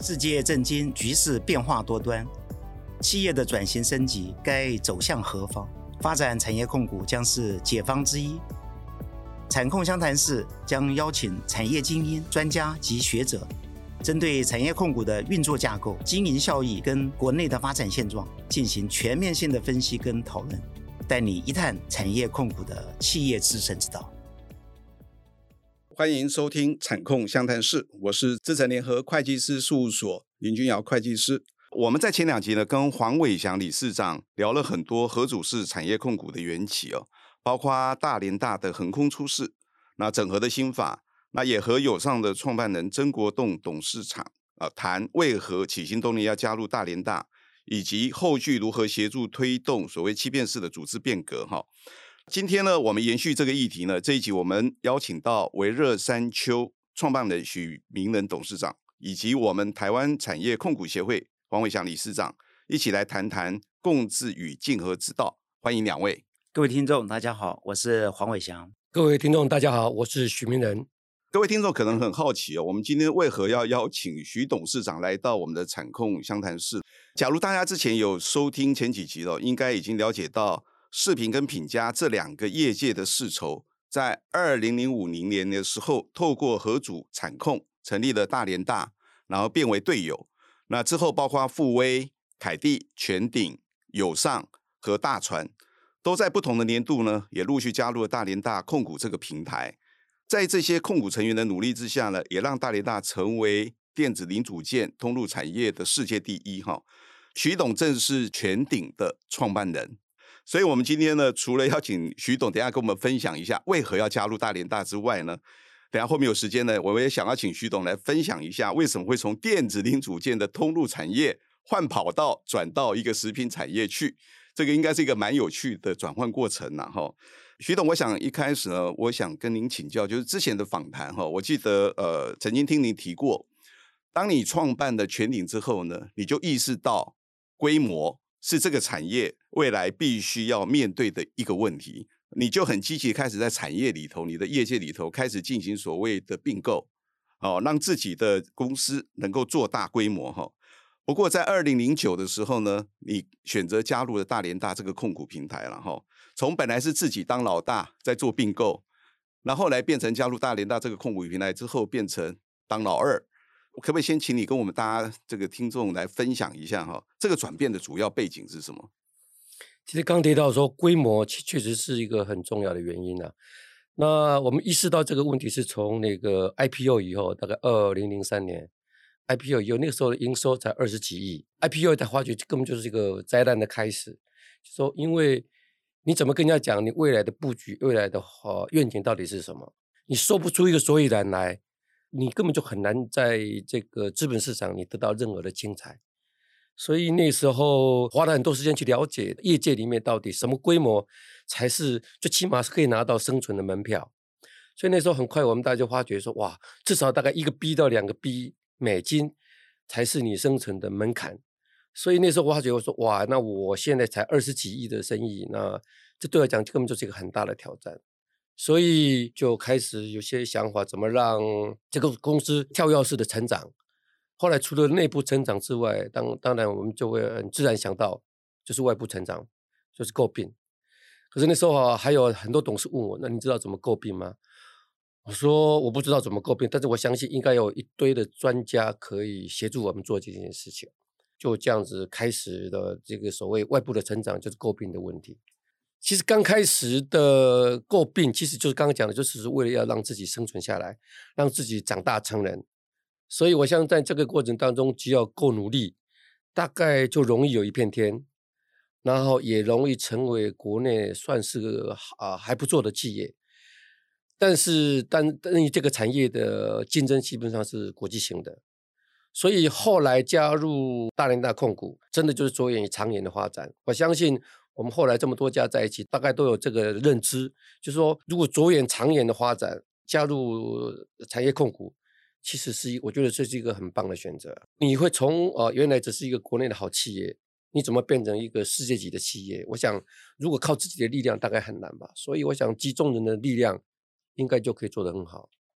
世界政经局势变化多端，企业的转型升级该走向何方？发展产业控股将是解方之一。产控相谈室将邀请产业精英、专家及学者，针对产业控股的运作架构、经营效益跟国内的发展现状进行全面性的分析跟讨论，带你一探产业控股的企业致胜之道。 欢迎收听产控相谈室，我是资诚联合会计师事务所林君尧会计师。我们在前2集呢，跟黄伟翔理事长聊了很多合组式产业控股的缘起哦，包括大联大的横空出世，那整合的心法，那也和友尚的创办人曾国栋董事长谈为何起心动念要加入大联大，以及后续如何协助推动所谓欺骗式的组织变革哈。今天呢，我们延续这个议题呢，这一集我们邀请到微热山丘创办人许明仁董事长，以及我们台湾产业控股协会黄伟翔理事长，一起来谈谈共治与竞合之道。欢迎2位。 各位听众大家好，我是黄伟翔。 各位听众大家好，我是许明仁。 各位听众可能很好奇哦，我们今天为何要邀请许董事长来到我们的产控相谈室？假如大家之前有收听前几集应该已经了解到世平跟品佳这2个业界的世仇，在2005年的时候，透过合组产控成立了大联大，然后变为队友。那之后包括富威、凯地、全鼎、友尚和大传，都在不同的年度呢，也陆续加入了大联大控股这个平台。在这些控股成员的努力之下呢，也让大联大成为电子零组件通路产业的世界第一哈。许董正是全鼎的创办人。所以我们今天呢，除了邀请许董等一下跟我们分享一下为何要加入大联大之外呢，等一下后面有时间呢，我也想要请许董来分享一下为什么会从电子零组件的通路产业换跑道转到一个食品产业去，这个应该是一个蛮有趣的转换过程啦齁。许董，我想一开始呢，我想跟您请教，就是之前的访谈齁，我记得曾经听您提过，当你创办了全鼎之后呢，你就意识到规模是这个产业未来必须要面对的一个问题，你就很积极开始在产业里头，你的业界里头开始进行所谓的并购，让自己的公司能够做大规模。不过在2009的时候呢，你选择加入了大联大这个控股平台了齁，从本来是自己当老大在做并购，然后来变成加入大联大这个控股平台之后变成当老二。可不可以先请你跟我们大家这个听众来分享一下这个转变的主要背景是什么？ 其实刚提到说规模确实是一个很重要的原因啊。那我们意识到这个问题是从那个 IPO 以后，大概2003年 IPO 以后，那个时候的营收才20几亿 ，IPO 才发觉根本就是一个灾难的开始。就说因为你怎么跟人家讲你未来的布局、未来的愿景到底是什么，你说不出一个所以然来，你根本就很难在这个资本市场你得到任何的精彩。所以那时候花了很多时间去了解业界里面到底什么规模才是最起码是可以拿到生存的门票。所以那时候很快我们大家就发觉说，哇，至少大概1个 B 到2个 B 美金才是你生存的门槛。所以那时候我发觉我说，哇，那我现在才20几亿的生意，那这对我来讲根本就是一个很大的挑战。所以就开始有些想法，怎么让这个公司跳跃式的成长。后来除了内部成长之外，当然我们就会很自然想到就是外部成长，就是购并。可是那时候还有很多董事问我，那你知道怎么购并吗？我说我不知道怎么购并，但是我相信应该有一堆的专家可以协助我们做这件事情。就这样子开始的这个所谓外部的成长，就是购并的问题。其实刚开始的购并其实就是刚刚讲的，就是为了要让自己生存下来，让自己长大成人。所以我相信在这个过程当中，只要够努力，大概就容易有一片天，然后也容易成为国内算是个还不错的企业。但是这个产业的竞争基本上是国际性的，所以后来加入大联大控股，真的就是着眼于长远的发展。我相信我们后来这么多家在一起，大概都有这个认知，就是说如果着眼长远的发展，加入产业控股，其实我觉得这是一个很棒的选择。你会从原来只是一个国内的好企业，你怎么变成一个世界级的企业？我想如果靠自己的力量大概很难吧，所以我想集众人的力量应该就可以做得很好。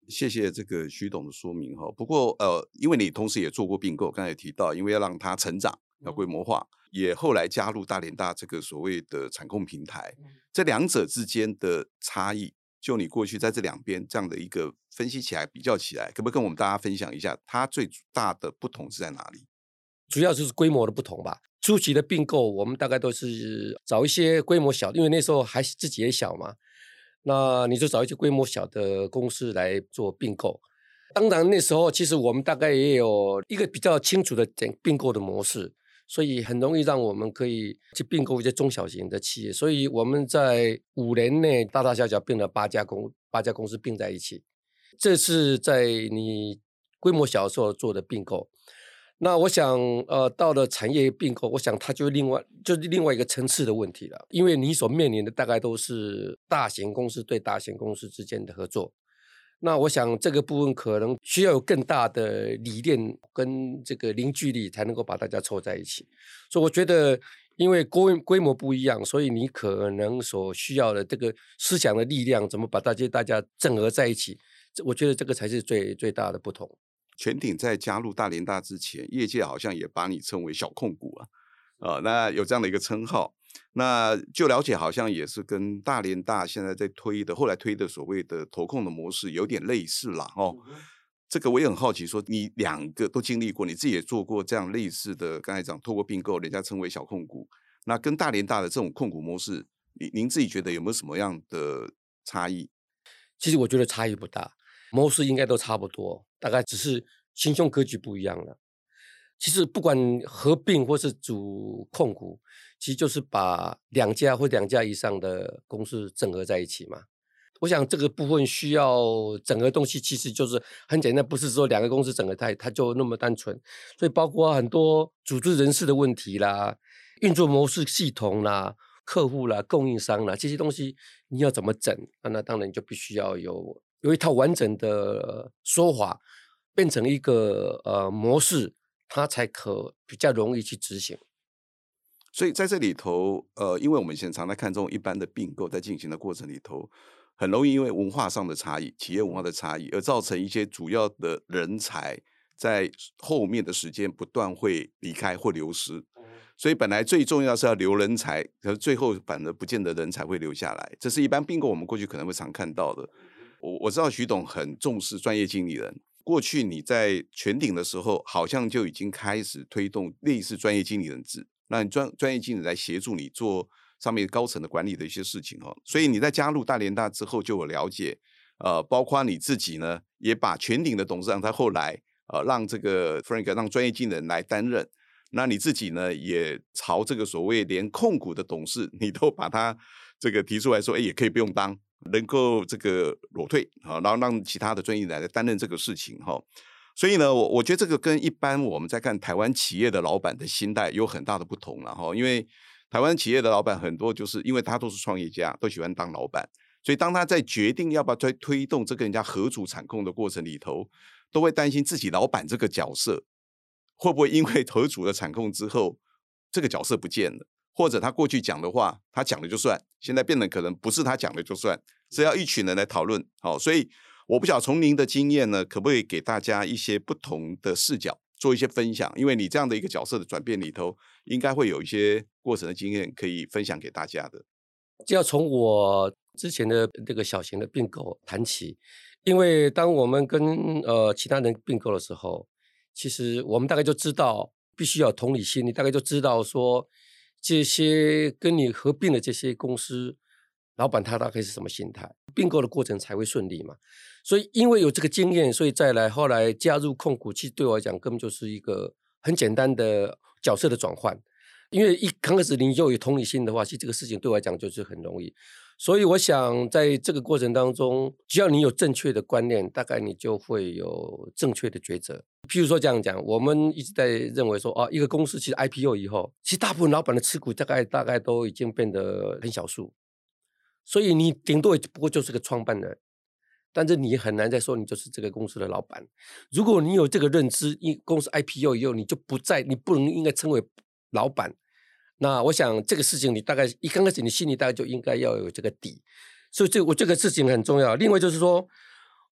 谢谢这个徐董的说明哈。不过因为你同时也做过并购，刚才也提到，因为要让它成长，要规模化，也后来加入大联大这个所谓的产控平台，这两者之间的差异，就你过去在这两边这样的一个分析起来、比较起来，可不可以跟我们大家分享一下，它最大的不同是在哪里？ 主要就是规模的不同吧。初期的并购，我们大概都是找一些规模小的，因为那时候还自己也小嘛，那你就找一些规模小的公司来做并购。当然那时候其实我们大概也有一个比较清楚的并购的模式，所以很容易让我们可以去并购一些中小型的企业。所以我们在5年内大大小小并了8家公司并在一起，这是在你规模小的时候做的并购。那我想，到了产业并购，我想它就是另外一个层次的问题了，因为你所面临的大概都是大型公司对大型公司之间的合作。那我想这个部分可能需要有更大的理念跟这个凝聚力，才能够把大家凑在一起。所以我觉得，因为规模不一样，所以你可能所需要的这个思想的力量，怎么把大家整合在一起，我觉得这个才是最大的不同。 全鼎在加入大联大之前，业界好像也把你称为小控股那有这样的一个称号。那就了解，好像也是跟大联大现在在后来推的所谓的投控的模式有点类似啦这个我也很好奇说，你两个都经历过，你自己也做过这样类似的，刚才讲透过并购，人家称为小控股，那跟大联大的这种控股模式，您自己觉得有没有什么样的差异？ 其实我觉得差异不大，模式应该都差不多，大概只是心胸格局不一样了。其实不管合并或是主控股，其实就是把2家或2家以上的公司整合在一起嘛。我想这个部分需要整合东西，其实就是很简单，不是说2个公司整合它就那么单纯。所以包括很多组织人事的问题啦、运作模式系统啦、客户啦、供应商啦这些东西，你要怎么整？那当然你就必须要有一套完整的说法，变成一个模式，它才比较容易去执行。 所以在这里头，因为我们现在常在看这种一般的并购在进行的过程里头，很容易因为文化上的差异、企业文化的差异，而造成一些主要的人才在后面的时间不断会离开或流失。所以本来最重要是要留人才，可是最后反而不见得人才会留下来。这是一般并购我们过去可能会常看到的。我知道徐董很重视专业经理人，过去你在全鼎的时候，好像就已经开始推动类似专业经理人制，让你专业经理来协助你做上面高层的管理的一些事情所以你在加入大联大之后就有了解，包括你自己呢，也把全鼎的董事长他后来让这个 Frank 让专业经理人来担任。那你自己呢，也朝这个所谓连控股的董事，你都把他这个提出来说，也可以不用当，能够这个裸退然后让其他的专业来担任这个事情所以呢，我觉得这个跟一般我们在看台湾企业的老板的心态有很大的不同了因为台湾企业的老板很多就是因为他都是创业家，都喜欢当老板，所以当他在决定要不要推动这个人家合组产控的过程里头，都会担心自己老板这个角色会不会因为合组的产控之后，这个角色不见了，或者他过去讲的话，他讲了就算，现在变得可能不是他讲的就算，是要一群人来讨论。所以我不晓得从您的经验呢，可不可以给大家一些不同的视角，做一些分享？因为你这样的一个角色的转变里头，应该会有一些过程的经验可以分享给大家的。 就要从我之前的这个小型的并购谈起，因为当我们跟其他人并购的时候，其实我们大概就知道必须要有同理心，你大概就知道说这些跟你合并的这些公司老板他大概是什么心态，并购的过程才会顺利嘛。所以因为有这个经验，所以后来加入控股，其实对我来讲根本就是一个很简单的角色的转换。因为刚开始你就有同理心的话，其实这个事情对我来讲就是很容易。所以我想在这个过程当中，只要你有正确的观念，大概你就会有正确的抉择。譬如说这样讲，我们一直在认为说一个公司其实 IPO 以后，其实大部分老板的持股大概都已经变得很小数，所以你顶多不过就是个创办人，但是你很难再说你就是这个公司的老板。如果你有这个认知，公司 IPO 以后，你不能应该称为老板。那我想这个事情你大概刚开始你心里大概就应该要有这个底，所以我这个事情很重要。另外就是说，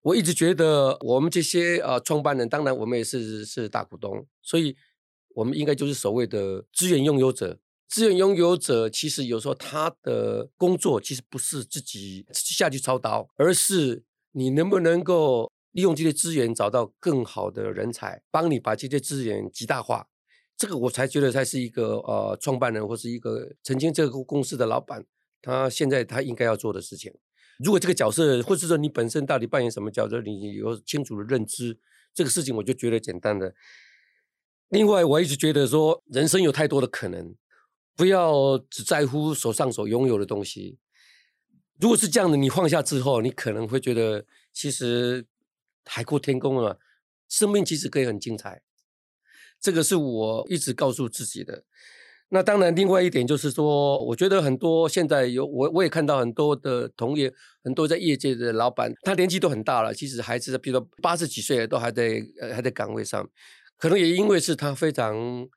我一直觉得我们这些创办人，当然我们也是大股东，所以我们应该就是所谓的资源拥有者。资源拥有者其实有时候他的工作其实不是自己下去操刀，而是你能不能够利用这些资源找到更好的人才，帮你把这些资源极大化。这个我才觉得才是一个创办人或是一个曾经这个公司的老板，他现在他应该要做的事情。如果这个角色，或是说你本身到底扮演什么角色，你有清楚的认知，这个事情我就觉得简单的。另外，我一直觉得说，人生有太多的可能，不要只在乎手上所拥有的东西。如果是这样的，你放下之后，你可能会觉得，其实海阔天空了，生命其实可以很精彩。这个是我一直告诉自己的。那当然，另外一点就是说，我觉得很多现在我也看到很多的同业，很多在业界的老板，他年纪都很大了，其实还是比如说80几岁都还在岗位上，可能也因为是他非常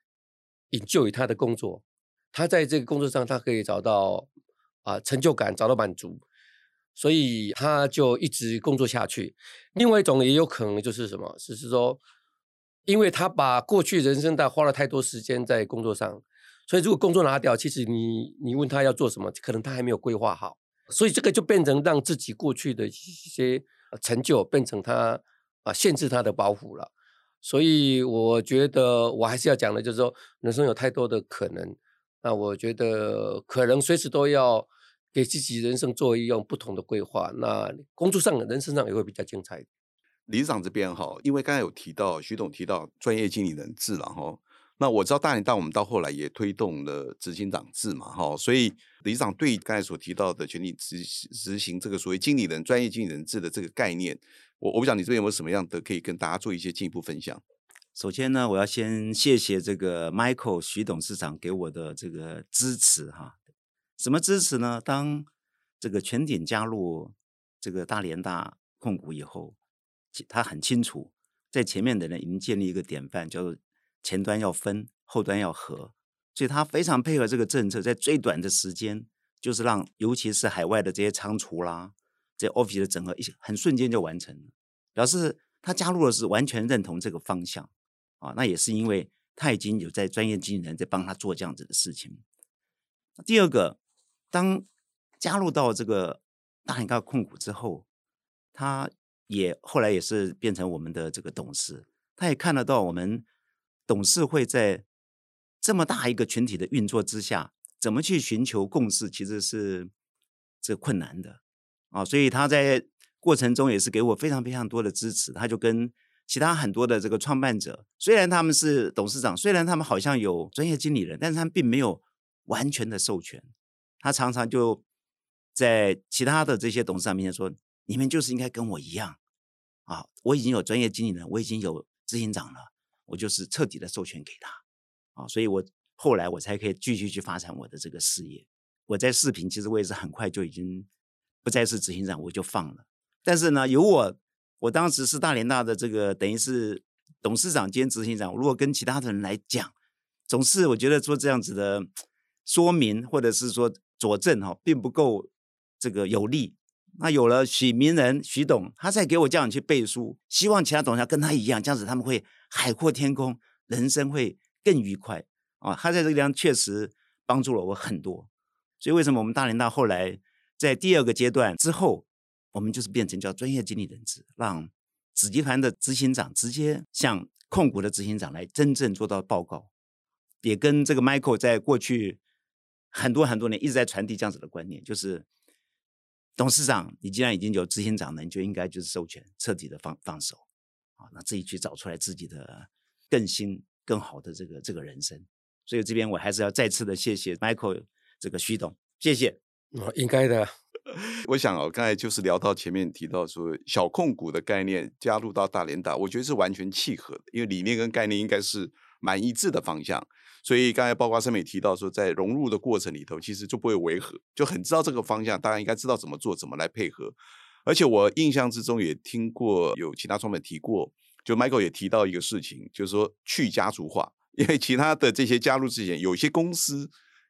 enjoy他的工作，他在这个工作上他可以找到成就感，找到满足，所以他就一直工作下去。另外一种也有可能就是什么，是说，因为他把过去人生花了太多时间在工作上。所以如果工作拿掉，其实你问他要做什么，可能他还没有规划好，所以这个就变成让自己过去的一些成就变成他限制他的包袱了。所以我觉得我还是要讲的，就是说人生有太多的可能，那我觉得可能随时都要给自己人生做一种不同的规划，那工作上人生上也会比较精彩。 理事长这边哈，因为刚才有提到徐董提到专业经理人制了哈，那我知道大联大我们到后来也推动了执行长制嘛哈，所以理事长对刚才所提到的全力执行这个所谓经理人专业经理人制的这个概念，我不知道你这边有没有什么样的可以跟大家做一些进一步分享。 首先呢，我要先谢谢这个 Michael 徐董事长给我的这个支持哈。什么支持呢？当这个全鼎加入这个大联大控股以后，他很清楚，在前面的人已经建立一个典范，叫做前端要分，后端要合，所以他非常配合这个政策，在最短的时间，就是让尤其是海外的这些仓储啦，这些 office 的整合，很瞬间就完成了，表示他加入的是完全认同这个方向啊。那也是因为他已经有在专业经理人在帮他做这样子的事情。第二个，当加入到这个大联大控股之后，他也后来也是变成我们的这个董事，他也看得到我们董事会在这么大一个群体的运作之下，怎么去寻求共识，其实是困难的啊。所以他在过程中也是给我非常非常多的支持。他就跟其他很多的这个创办者，虽然他们是董事长，虽然他们好像有专业经理人，但是他们并没有完全的授权。他常常就在其他的这些董事长面前说，你们就是应该跟我一样啊，我已经有专业经理人，我已经有执行长了，我就是彻底的授权给他啊，所以后来我才可以继续去发展我的这个事业。我在视频其实我也是很快就已经不再是执行长，我就放了。但是呢，有我当时是大联大的这个等于是董事长兼执行长，如果跟其他的人来讲，总是我觉得做这样子的说明或者是说佐证并不够这个有力。那有了许明仁徐董，他再给我这样去背书，希望其他董事长跟他一样，这样子他们会海阔天空，人生会更愉快啊！他在这个地方确实帮助了我很多。所以为什么我们大联大后来在第二个阶段之后，我们就是变成叫专业经理人制，让子集团的执行长直接向控股的执行长来真正做到报告，也跟这个 Michael 在过去很多很多年一直在传递这样子的观念，就是董事长，你既然已经有执行长了，你就应该就是授权，彻底的放手啊，那自己去找出来自己的更新更好的这个人生。所以这边我还是要再次的谢谢 Michael 这个徐董，谢谢。 应该的。 我想刚才就是聊到前面提到说小控股的概念加入到大联大，我觉得是完全契合的，因为理念跟概念应该是蛮一致的方向。所以刚才包括上面也提到说，在融入的过程里头，其实就不会违和，就很知道这个方向，大家应该知道怎么做，怎么来配合。而且我印象之中也听过有其他创办人提过，就 Michael 也提到一个事情，就是说去家族化，因为其他的这些加入之前，有些公司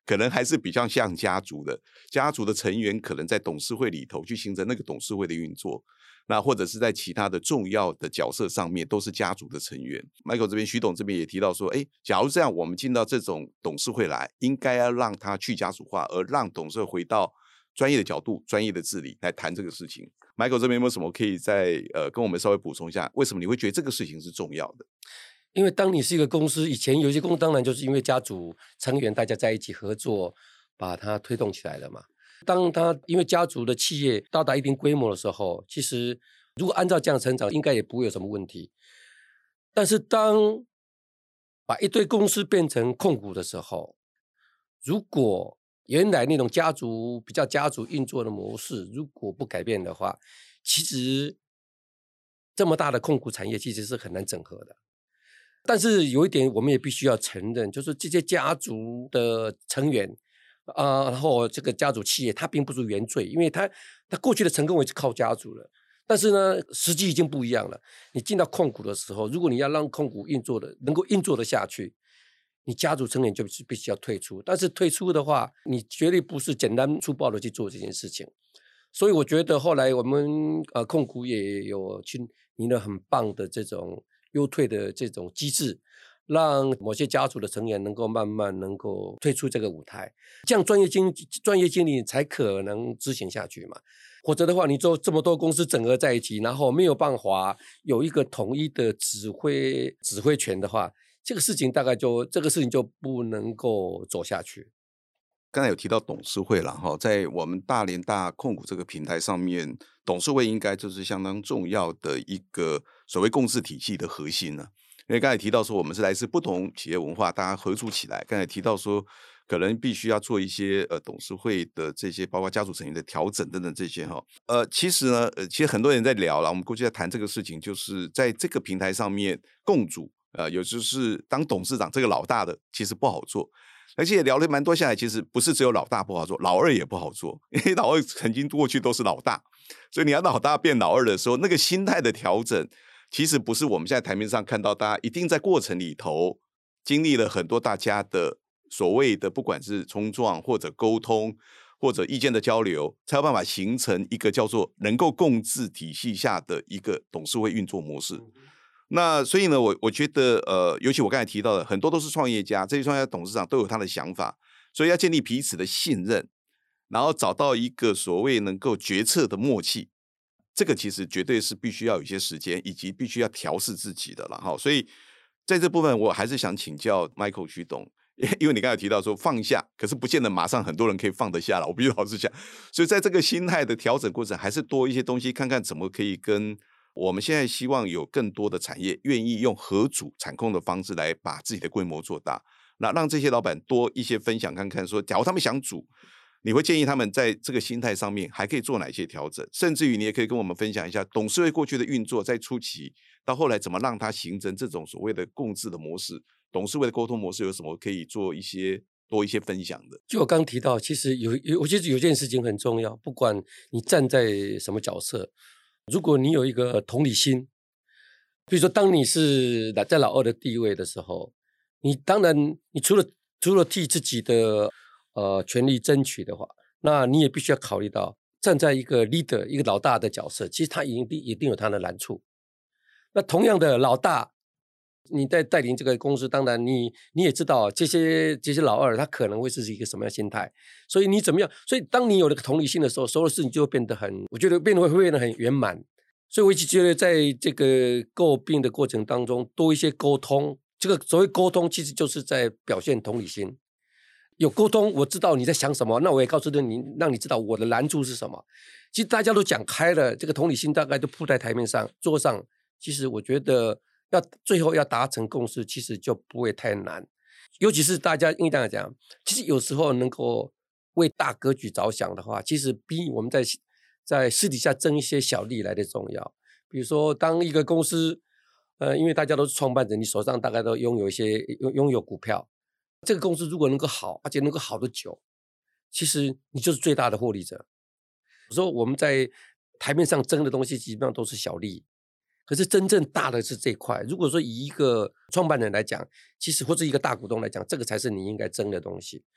可能还是比较像家族的，家族的成员可能在董事会里头去形成那个董事会的运作，那或者是在其他的重要的角色上面都是家族的成员。Michael 这边徐董这边也提到说，假如这样我们进到这种董事会来，应该要让它去家族化，而让董事会回到专业的角度、专业的治理来谈这个事情。Michael 这边有没有什么可以再跟我们稍微补充一下？为什么你会觉得这个事情是重要的？ 因为当你是一个公司，以前有一些公司当然就是因为家族成员大家在一起合作，把它推动起来了嘛。当他因为家族的企业到达一定规模的时候，其实如果按照这样成长，应该也不会有什么问题。但是当把一堆公司变成控股的时候，如果原来那种比较家族运作的模式如果不改变的话，其实这么大的控股产业其实是很难整合的。但是有一点我们也必须要承认，就是这些家族的成员然后这个家族企业它并不是原罪，因为它过去的成功也是靠家族的。但是呢，时机已经不一样了。你进到控股的时候，如果你要让控股能够运作的下去，你家族成员就必须要退出。但是退出的话，你绝对不是简单粗暴的去做这件事情。所以我觉得后来我们控股也有去拟了很棒的这种优退的这种机制，让某些家族的成员能够慢慢能够退出这个舞台，这样专业经理才可能执行下去嘛。否则的话，你做这么多公司整合在一起，然后没有办法有一个统一的指挥权的话，这个事情就不能够走下去。 刚才有提到董事会了哈，在我们大联大控股这个平台上面，董事会应该就是相当重要的一个所谓共识体系的核心了。因为刚才提到说，我们是来自不同企业文化，大家合组起来。刚才提到说，可能必须要做一些董事会的这些，包括家族成员的调整等等这些哈。其实呢，其实很多人在聊了，我们过去在谈这个事情，就是在这个平台上面共主，有就是当董事长这个老大的，其实不好做。而且也聊了蛮多下来，其实不是只有老大不好做，老二也不好做，因为老二曾经过去都是老大，所以你要老大变老二的时候，那个心态的调整，其实不是我们现在台面上看到，大家一定在过程里头经历了很多大家的所谓的不管是冲撞或者沟通或者意见的交流，才有办法形成一个叫做能够共治体系下的一个董事会运作模式。那所以呢，我觉得尤其我刚才提到的，很多都是创业家，这些创业家董事长都有他的想法，所以要建立彼此的信任，然后找到一个所谓能够决策的默契，这个其实绝对是必须要有一些时间，以及必须要调试自己的了哈。所以在这部分，我还是想请教 Michael 徐董，因为你刚才提到说放下，可是不见得马上很多人可以放得下了，我必须老实讲。所以在这个心态的调整过程，还是多一些东西，看看怎么可以跟我们现在希望有更多的产业愿意用合组产控的方式来把自己的规模做大，那让这些老板多一些分享看看说，假如他们想组，你会建议他们在这个心态上面还可以做哪些调整，甚至于你也可以跟我们分享一下董事会过去的运作，在初期到后来怎么让它形成这种所谓的共治的模式，董事会的沟通模式有什么可以做多一些分享的。 就我刚提到，其实我觉得有件事情很重要，不管你站在什么角色，如果你有一个同理心，比如说当你是在老二的地位的时候，你当然你除了替自己的权利争取的话，那你也必须要考虑到站在一个 leader 一个老大的角色，其实他一定有他的难处。那同样的老大，你在带领这个公司，当然你也知道这些老二他可能会是一个什么样的心态，所以你怎么样？所以当你有了个同理心的时候，所有事情就会变得我觉得会变得很圆满。所以我一直觉得在这个诟病的过程当中，多一些沟通。这个所谓沟通，其实就是在表现同理心。有沟通，我知道你在想什么，那我也告诉你，让你知道我的难处是什么。其实大家都讲开了，这个同理心大概都铺在台面上、桌上。其实我觉得最后要达成共识，其实就不会太难。尤其是大家应该讲，其实有时候能够为大格局着想的话，其实比我们在私底下争一些小利来的重要。比如说，当一个公司，因为大家都是创办人，你手上大概都拥有股票，这个公司如果能够好，而且能够好得久，其实你就是最大的获利者。有时候我们在台面上争的东西，基本上都是小利。可是真正大的是这一块。如果说以一个创办人来讲，其实或者一个大股东来讲，这个才是你应该争的东西。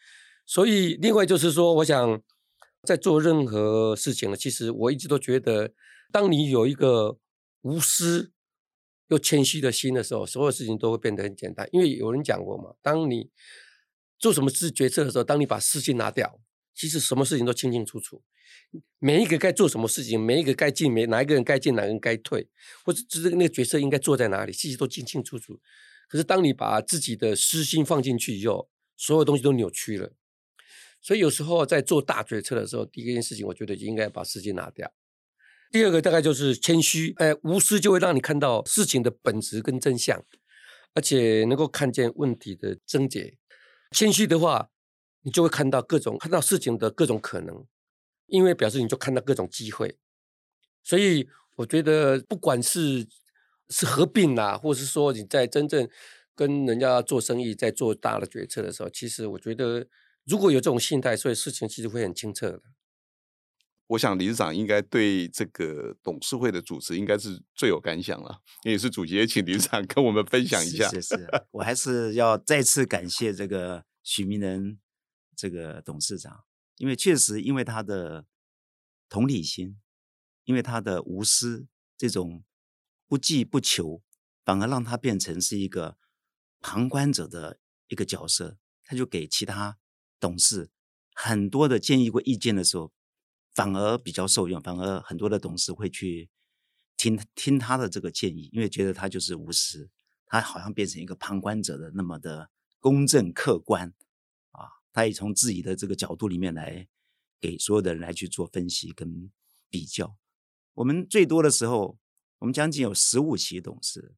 所以另外就是说，我想在做任何事情呢，其实我一直都觉得，当你有一个无私又谦虚的心的时候，所有事情都会变得很简单。因为有人讲过嘛，当你做什么事决策的时候，当你把私心拿掉，其实什么事情都清清楚楚。每一个该做什么事情，每一个该进，哪一个人该进，哪个人该退，或者这个那个角色应该坐在哪里，其实都清清楚楚。可是当你把自己的私心放进去以后，所有东西都扭曲了。所以有时候在做大决策的时候，第一件事情，我觉得应该把私心拿掉。第二个大概就是谦虚，无私就会让你看到事情的本质跟真相，而且能够看见问题的症结。谦虚的话，你就会看到事情的各种可能，因为表示你就看到各种机会。所以我觉得不管是合并啦，或是说你在真正跟人家做生意，在做大的决策的时候，其实我觉得如果有这种心态，所以事情其实会很清澈的。 我想理事长应该对这个董事会的主持应该是最有感想了，因为是主席，也请理事长跟我们分享一下。 是，我还是要再次感谢这个许明仁这个董事长，因为确实因为他的同理心，因为他的无私，这种不计不求，反而让他变成是一个旁观者的一个角色，他就给其他董事很多的建议或意见的时候，反而比较受用，反而很多的董事会去听他的这个建议，因为觉得他就是无私，他好像变成一个旁观者的那么的公正客观啊，他也从自己的这个角度里面来给所有的人来去做分析跟比较。我们最多的时候，我们将近有15席董事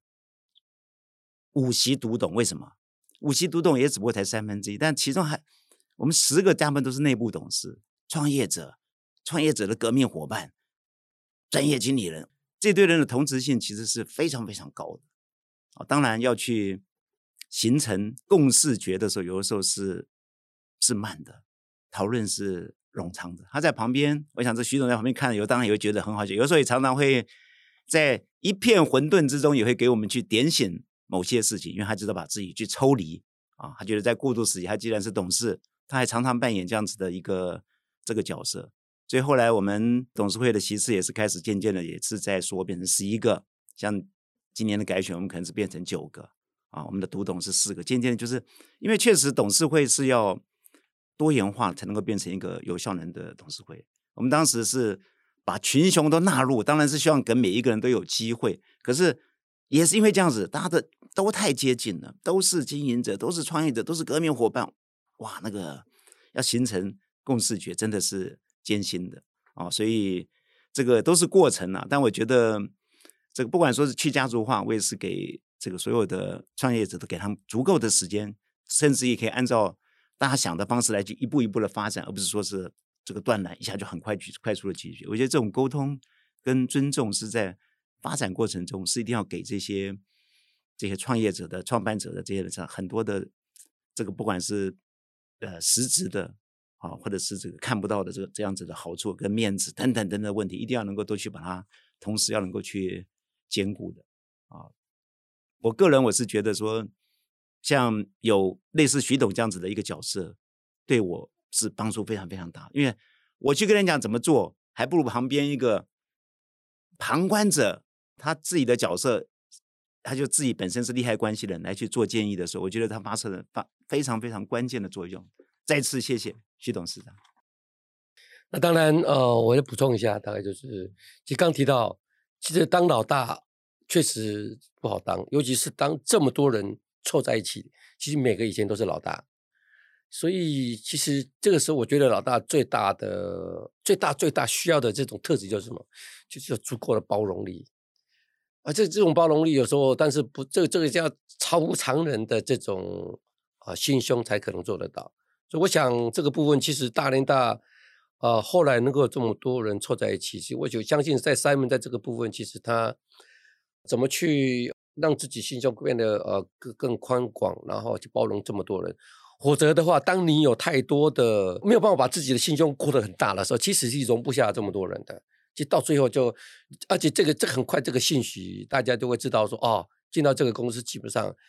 ，5席独董，为什么？5席独董也只不过才1/3，但其中我们10个大部分都是内部董事、创业者的革命伙伴、专业经理人，这堆人的同质性其实是非常非常高的。当然要去形成共识决的时候，有的时候是慢的，讨论是冗长的。他在旁边，我想这徐总在旁边看了以后，当然也会觉得很好笑，有的时候也常常会在一片混沌之中，也会给我们去点醒某些事情，因为他知道把自己去抽离啊，他觉得在过渡时期，他既然是董事，他还常常扮演这样子的一个这个角色。所以后来我们董事会的席次也是开始渐渐的也是在缩，变成11个，像今年的改选我们可能是变成9个啊，我们的独董是4个，渐渐的就是因为确实董事会是要多元化才能够变成一个有效能的董事会。我们当时是把群雄都纳入，当然是希望跟每一个人都有机会，可是也是因为这样子，大家的都太接近了，都是经营者，都是创业者，都是革命伙伴，哇，那个要形成共识决真的是艰辛的所以这个都是过程啊。但我觉得这个不管说是去家族化，我也是给这个所有的创业者都给他们足够的时间，甚至也可以按照大家想的方式来去一步一步的发展，而不是说是这个断缆一下就很快速的解决。我觉得这种沟通跟尊重是在发展过程中是一定要给这些创业者的创办者的这些人上很多的这个不管是实质的或者是这个看不到的这样子的好处跟面子等等的问题，一定要能够都去把它同时要能够去兼顾的我个人我是觉得说，像有类似徐董这样子的一个角色，对我是帮助非常非常大，因为我去跟人讲怎么做，还不如旁边一个旁观者，他自己的角色，他就自己本身是利害关系人来去做建议的时候，我觉得他发生了非常非常关键的作用。再次谢谢徐董事长。 那当然，我要补充一下，大概就是，其实刚提到，其实当老大确实不好当，尤其是当这么多人凑在一起，其实每个以前都是老大，所以其实这个时候，我觉得老大最大需要的这种特质就是什么？就是有足够的包容力。这种包容力有时候，但是不，这个叫超乎常人的这种心胸才可能做得到。所以我想这个部分其实大联大后来能够这么多人凑在一起，其实我就相信在 Simon 在这个部分，其实他怎么去让自己心胸变得更宽广，然后去包容这么多人。否则的话，当你有太多的没有办法把自己的心胸扩得很大的时候，其实是容不下这么多人的。其实到最后而且这个很快，这个信息大家就会知道说，进到这个公司基本上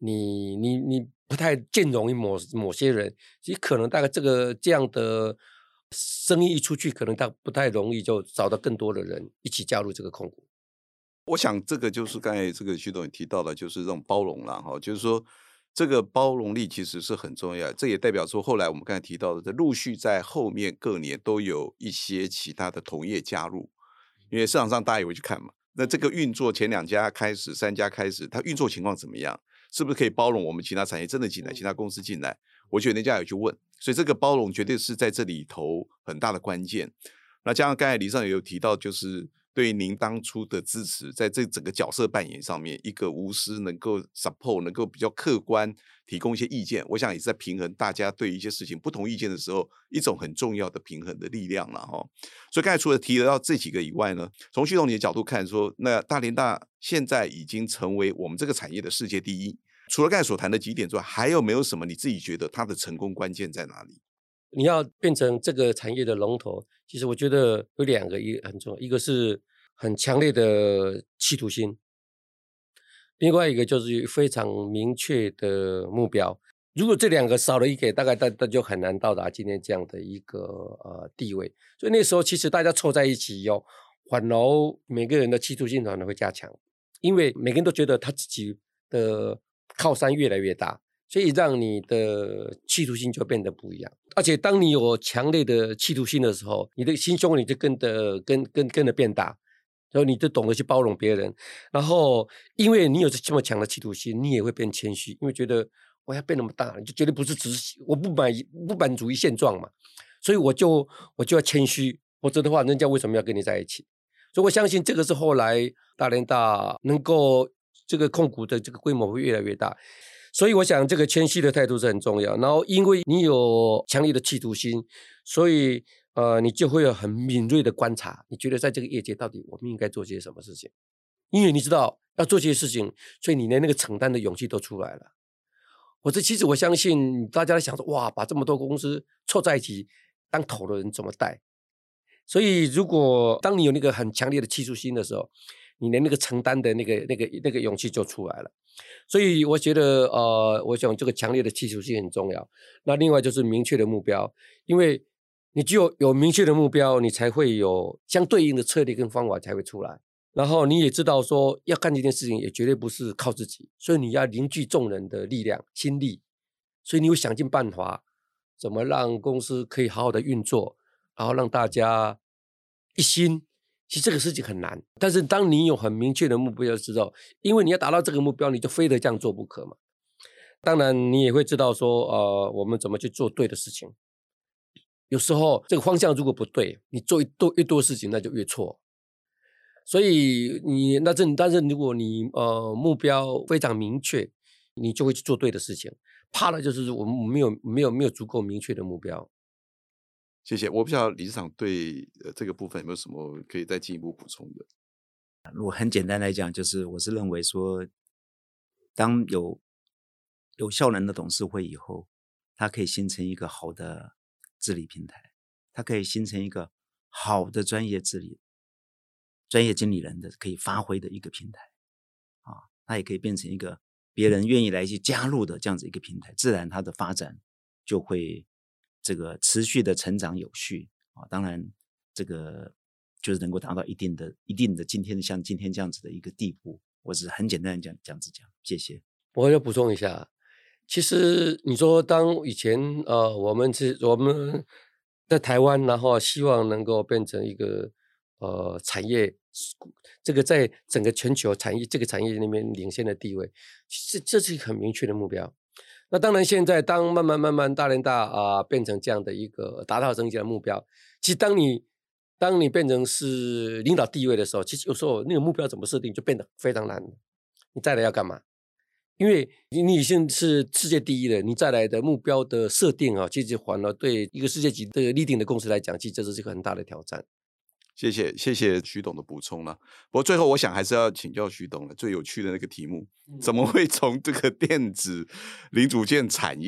你不太兼容于某些人，其实可能大概这样的生意一出去，可能他不太容易就找到更多的人一起加入这个控股。 我想这个就是刚才这个徐董也提到的，就是这种包容啦，就是说这个包容力其实是很重要的，这也代表说后来我们刚才提到的，这陆续在后面各年都有一些其他的同业加入，因为市场上大家也会去看嘛，那这个运作前2家开始3家开始，它运作情况怎么样？是不是可以包容我们其他产业真的进来，其他公司进来？我觉得人家有去问，所以这个包容绝对是在这里头很大的关键。那加上刚才李上也有提到，就是对于您当初的支持，在这整个角色扮演上面，一个无私能够 support， 能够比较客观提供一些意见，我想也是在平衡大家对一些事情不同意见的时候，一种很重要的平衡的力量了哈。所以刚才除了提到这几个以外呢，从徐总你的角度看说，那大联大现在已经成为我们这个产业的世界第一，除了刚才所谈的几点之外，还有没有什么你自己觉得它的成功关键在哪里？ 你要变成这个产业的龙头，其实我觉得有2个很重要，一个是很强烈的企图心，另外一个就是非常明确的目标。如果这2个少了一个，大概大就很难到达今天这样的一个地位。所以那时候其实大家凑在一起反而每个人的企图心反而会加强，因为每个人都觉得他自己的靠山越来越大，所以让你的企图心就变得不一样。而且当你有强烈的企图心的时候，你的心胸你就跟着变大，然后你就懂得去包容别人。然后因为你有这么强的企图心，你也会变谦虚，因为觉得我要变那么大，你就绝对不是我不满足于现状嘛，所以我就要谦虚，否则的话人家为什么要跟你在一起？所以我相信这个是后来大联大能够这个控股的这个规模会越来越大，所以我想这个谦虚的态度是很重要。然后因为你有强烈的企图心，所以你就会有很敏锐的观察，你觉得在这个业界到底我们应该做些什么事情？因为你知道要做这些事情，所以你连那个承担的勇气都出来了。其实我相信大家在想说，哇，把这么多公司凑在一起当头的人怎么带？所以如果当你有那个很强烈的企图心的时候，你连那个承担的那个勇气就出来了。所以我觉得我想这个强烈的企图心很重要。那另外就是明确的目标，因为你只有明确的目标，你才会有相对应的策略跟方法才会出来。然后你也知道说要干这件事情也绝对不是靠自己，所以你要凝聚众人的力量心力，所以你会想尽办法怎么让公司可以好好的运作，然后让大家一心。其实这个事情很难，但是当你有很明确的目标之后，因为你要达到这个目标，你就非得这样做不可嘛。当然你也会知道说我们怎么去做对的事情。有时候这个方向如果不对，你做越多事情那就越错。所以但是如果你目标非常明确，你就会去做对的事情。怕的就是我们没有足够明确的目标。 谢谢。我不知道理事长对这个部分有没有什么可以再进一步补充的？ 我很简单来讲，就是我是认为说，当有效能的董事会以后，它可以形成一个好的治理平台，它可以形成一个好的专业经理人的可以发挥的一个平台它也可以变成一个别人愿意来去加入的这样子一个平台，自然它的发展就会这个持续的成长有序当然这个就是能够达到一定的像今天这样子的一个地步。我是很简单的这样子讲，谢谢。 我要补充一下，其实你说当以前我们在台湾，然后希望能够变成一个产业，这个在整个全球这个产业里面领先的地位，其实这是一个很明确的目标。那当然现在当慢慢大联大变成这样的一个达到这样的目标，其实当你变成是领导地位的时候，其实有时候那个目标怎么设定就变得非常难了。你再来要干嘛？因为你已经是世界第一了，你再来的目标的设定其实反而对一个世界级的leading的公司来讲，其实这是一个很大的挑战。 谢谢徐董的补充了。不过最后我想还是要请教徐董了，最有趣的那个题目，怎么会从这个电子零组件产业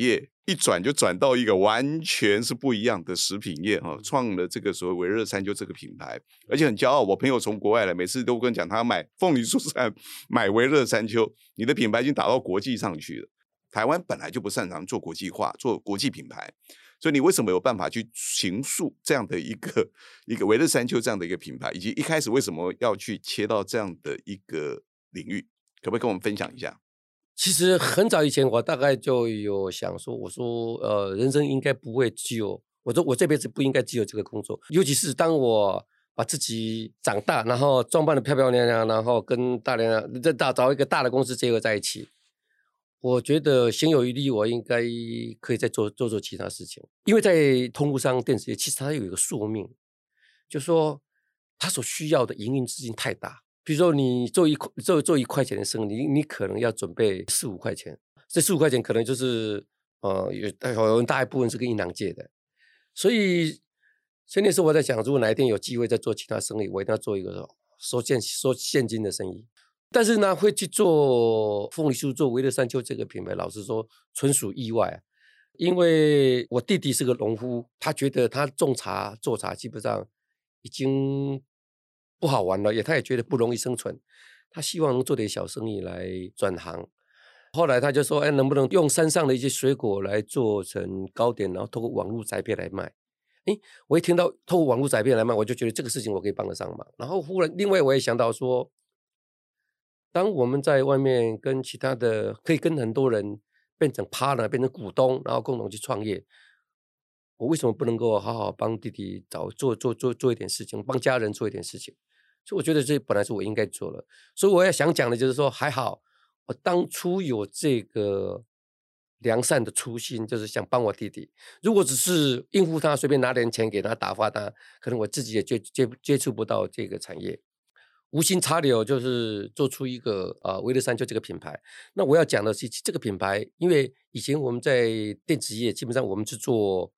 一转就转到一个完全是不一样的食品业创了这个所谓微热山丘这个品牌，而且很骄傲。我朋友从国外来，每次都跟我讲他买凤梨酥餐，买微热山丘，你的品牌已经打到国际上去了。台湾本来就不擅长做国际化，做国际品牌，所以你为什么有办法去形塑这样的一个微热山丘这样的一个品牌，以及一开始为什么要去切到这样的一个领域，可不可以跟我们分享一下？ 其实很早以前，我大概就有想说，我说，人生应该不会只有，我说我这辈子不应该只有这个工作，尤其是当我把自己长大，然后装扮得漂漂亮亮，然后跟找一个大的公司结合在一起，我觉得心有余力，我应该可以再做其他事情。因为在通路商电子业，其实它有一个宿命，就是说它所需要的营运资金太大。比如说你做1块钱的生意，你可能要准备4、5块钱，这4、5块钱可能就是有很大一部分是跟银行借的，所以那时候我在想，如果哪一天有机会再做其他生意，我一定要做一个收现金的生意。但是呢，会去做凤梨酥、做微热山丘这个品牌，老实说纯属意外，因为我弟弟是个农夫，他觉得他做茶基本上已经不好玩了，他也觉得不容易生存，他希望能做点小生意来转行。后来他就说，能不能用山上的一些水果来做成糕点，然后透过网络宅配来卖。我一听到透过网络宅配来卖，我就觉得这个事情我可以帮得上忙。然后忽然另外我也想到说，当我们在外面跟其他的可以跟很多人变成 partner 变成股东，然后共同去创业，我为什么不能够好好帮弟弟做一点事情，帮家人做一点事情？所以我觉得这本来是我应该做的。所以我也想讲的就是说，还好我当初有这个良善的初心，就是想帮我弟弟。如果只是应付他，随便拿点钱给他打发他，可能我自己也接触不到这个产业。无心插柳，就是做出一个微热山丘这个品牌。那我要讲的是这个品牌，因为以前我们在电子业基本上我们是做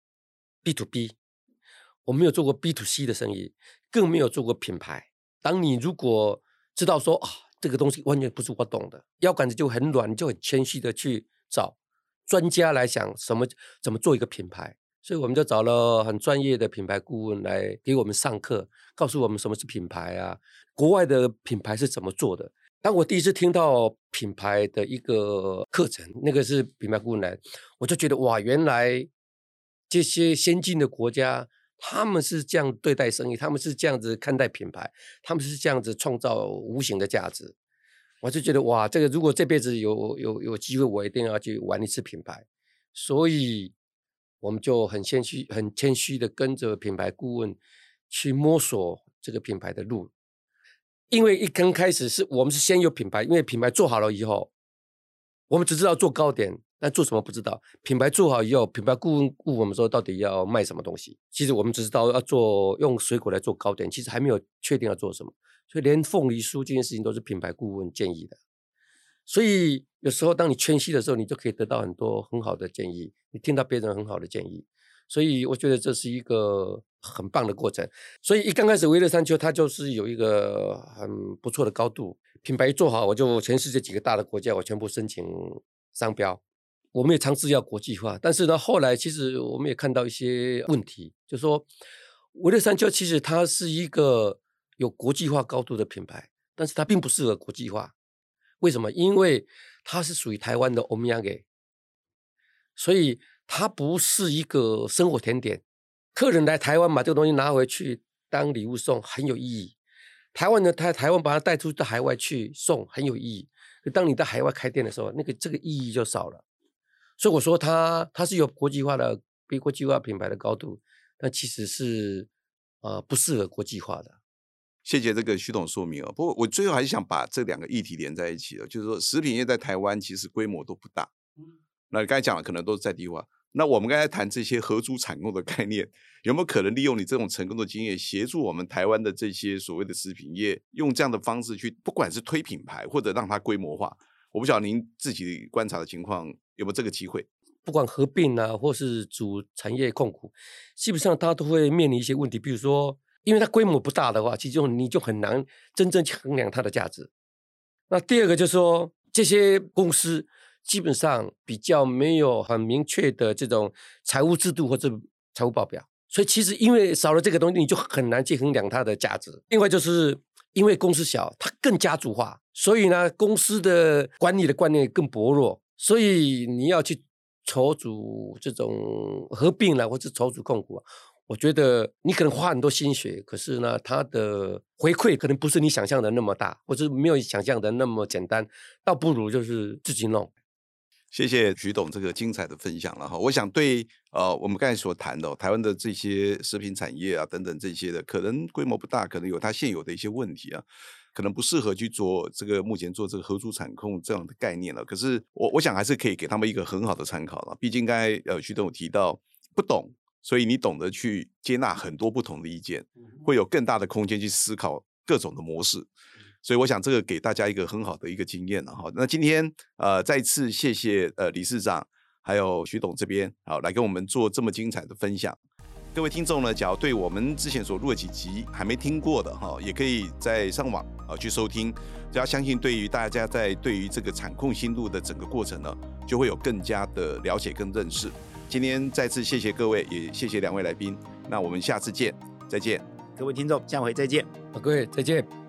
B to B， 我没有做过 B to C 的生意，更没有做过品牌。当你如果知道说这个东西完全不是我懂的，腰杆子就很软，你就很谦虚的去找专家来想怎么做一个品牌。所以我们就找了很专业的品牌顾问来给我们上课，告诉我们什么是品牌啊，国外的品牌是怎么做的。当我第一次听到品牌的一个课程，那个是品牌顾问来，我就觉得哇，原来这些先进的国家他们是这样对待生意，他们是这样子看待品牌，他们是这样子创造无形的价值。我就觉得哇，这个如果这辈子有机会，我一定要去玩一次品牌。所以我们就很谦虚的跟着品牌顾问去摸索这个品牌的路。因为刚开始我们是先有品牌，因为品牌做好了以后，我们只知道做糕点，但做什么不知道。品牌做好以后，品牌顾问问我们说到底要卖什么东西，其实我们只知道要用水果来做糕点，其实还没有确定要做什么。所以连凤梨酥这件事情都是品牌顾问建议的。所以有时候当你谦虚的时候，你就可以得到很多很好的建议，你听到别人很好的建议。所以我觉得这是一个很棒的过程。所以刚开始微热山丘它就是有一个很不错的高度，品牌一做好，我就全世界几个大的国家我全部申请商标。我们也尝试要国际化，但是呢后来其实我们也看到一些问题，就是说微热山丘其实它是一个有国际化高度的品牌，但是它并不适合国际化。为什么？因为它是属于台湾的欧米亚给，所以它不是一个生活甜点。客人来台湾把这个东西拿回去当礼物送很有意义，台湾把它带出到海外去送很有意义。当你到海外开店的时候，这个意义就少了。所以我说它是有国际化的比国际化品牌的高度，但其实是不适合国际化的。 谢谢这个徐董说明不过我最后还是想把这两个议题连在一起就是说食品业在台湾其实规模都不大，那你刚才讲的可能都是在地化。那我们刚才谈这些合租产供的概念，有没有可能利用你这种成功的经验，协助我们台湾的这些所谓的食品业，用这样的方式去，不管是推品牌或者让它规模化？我不晓得您自己观察的情况有没有这个机会？ 不管合并啊，或是主产业控股，基本上它都会面临一些问题，比如说因为它规模不大的话，其实你就很难真正去衡量它的价值。那第二个就是说，这些公司基本上比较没有很明确的这种财务制度或者财务报表，所以其实因为少了这个东西，你就很难去衡量它的价值。另外就是因为公司小，它更家族化，所以呢，公司的管理的观念更薄弱，所以你要去筹组这种合并或者筹组控股我觉得你可能花很多心血，可是呢，它的回馈可能不是你想象的那么大，或者没有想象的那么简单，倒不如就是自己弄。 谢谢徐董这个精彩的分享了哈。我想对我们刚才所谈的台湾的这些食品产业等等这些的，可能规模不大，可能有它现有的一些问题可能不适合去做目前做这个合组产控这样的概念了。可是我想还是可以给他们一个很好的参考了。毕竟刚才徐董有提到不懂，所以你懂得去接纳很多不同的意见，会有更大的空间去思考各种的模式。所以我想这个给大家一个很好的一个经验了哈。那今天再一次谢谢理事长还有徐董这边来跟我们做这么精彩的分享。各位听众呢，假如对我们之前所录的几集还没听过的也可以在上网去收听。只要相信对于大家对于这个产控心路的整个过程呢，就会有更加的了解跟认识。今天再次谢谢各位，也谢谢两位来宾。那我们下次见，再见。 各位听众，下回再见。 各位再见。